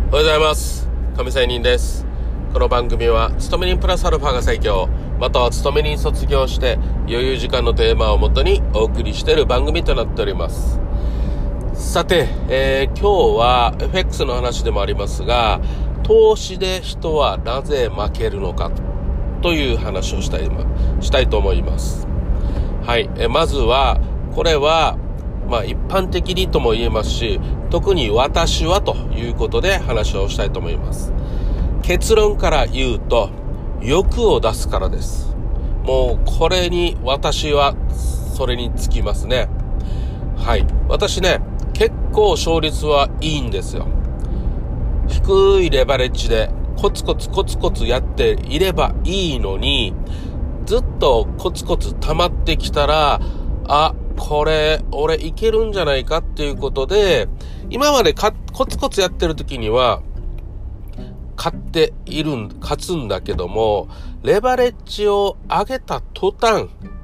おはようございます。亀仙人です。この番組は勤め人プラスアルファが最強、または勤め人卒業して余裕時間のテーマをもとにお送りしている番組となっております。さて、今日は FX の話でもありますが、投資で人はなぜ負けるのかという話をしたいと思います。はい、まずはこれは一般的にとも言えますし、特に私はということで話をしたいと思います。結論から言うと、欲を出すからです。もうこれに私はそれにつきますね。はい、私ね、結構勝率はいいんですよ。低いレバレッジでコツコツやっていればいいのに、ずっとコツコツ溜まってきたら、これ俺いけるんじゃないかっていうことで、今までコツコツやってる時には勝つんだけども、レバレッジを上げた途端、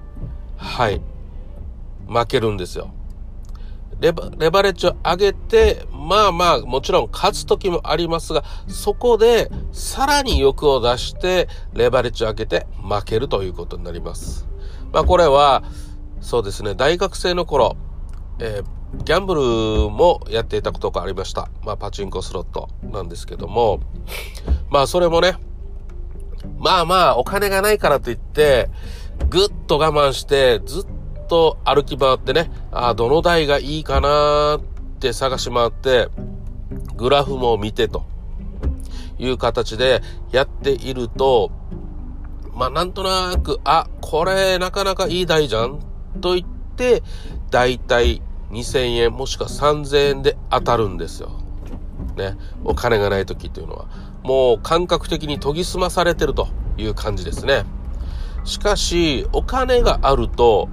負けるんですよ。レバレッジを上げて、もちろん勝つ時もありますが、そこでさらに欲を出してレバレッジを上げて負けるということになります。これはそうですね、大学生の頃、ギャンブルもやっていたことがありました。パチンコスロットなんですけども、それもね、お金がないからといってぐっと我慢してずっと歩き回ってね、どの台がいいかなって探し回ってグラフも見てという形でやっていると、なんとなくこれなかなかいい台じゃんと言ってだいたい2000円もしくは3000円で当たるんですよね。お金がない時っていうのはもう感覚的に研ぎ澄まされてるという感じですね。しかしお金があると、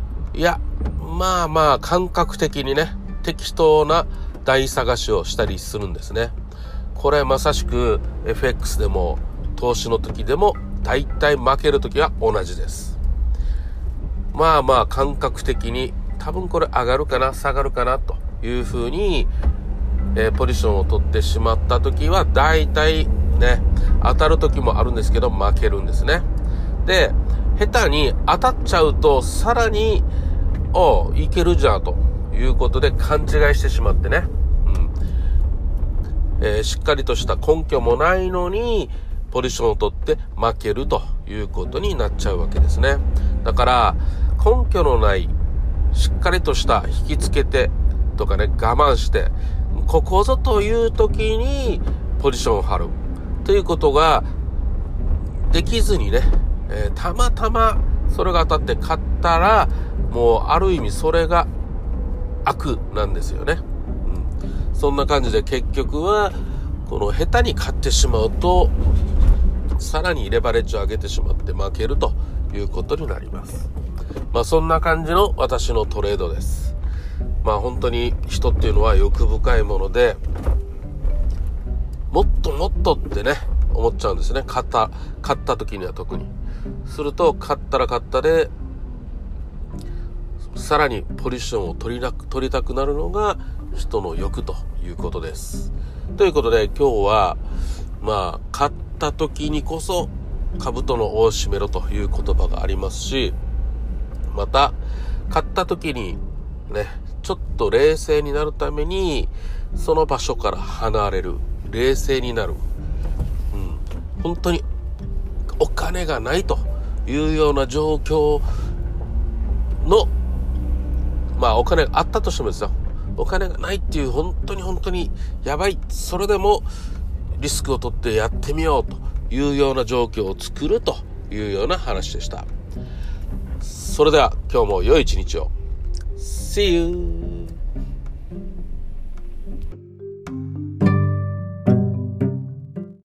感覚的にね、適当な台探しをしたりするんですね。これまさしく FX でも投資の時でもだいたい負ける時は同じです。感覚的に多分これ上がるかな下がるかなというふうに、ポジションを取ってしまった時はだいたいね、当たる時もあるんですけど負けるんですね。で、下手に当たっちゃうとさらにいけるじゃんということで勘違いしてしまってね、しっかりとした根拠もないのにポジションを取って負けるということになっちゃうわけですね。だから根拠のないしっかりとした引きつけてとかね、我慢してここぞという時にポジションを張るということができずにね、たまたまそれが当たって勝ったら、もうある意味それが悪なんですよね。そんな感じで結局はこの下手に勝ってしまうとさらにレバレッジを上げてしまって負けるということになります。そんな感じの私のトレードです。本当に人っていうのは欲深いもので、もっとってね思っちゃうんですね。勝った時には特に。すると勝ったら勝ったでさらにポジションを取りたくなるのが人の欲ということです。ということで今日は勝った時にこそ兜の緒を締めろという言葉がありますし、また勝った時にね、ちょっと冷静になるためにその場所から離れる、冷静になる、本当にお金がないというような状況の、お金があったとしてもですよ、お金がないっていう本当にやばい、それでもリスクを取ってやってみようというような状況を作るというような話でした。それでは今日も良い一日を。See you!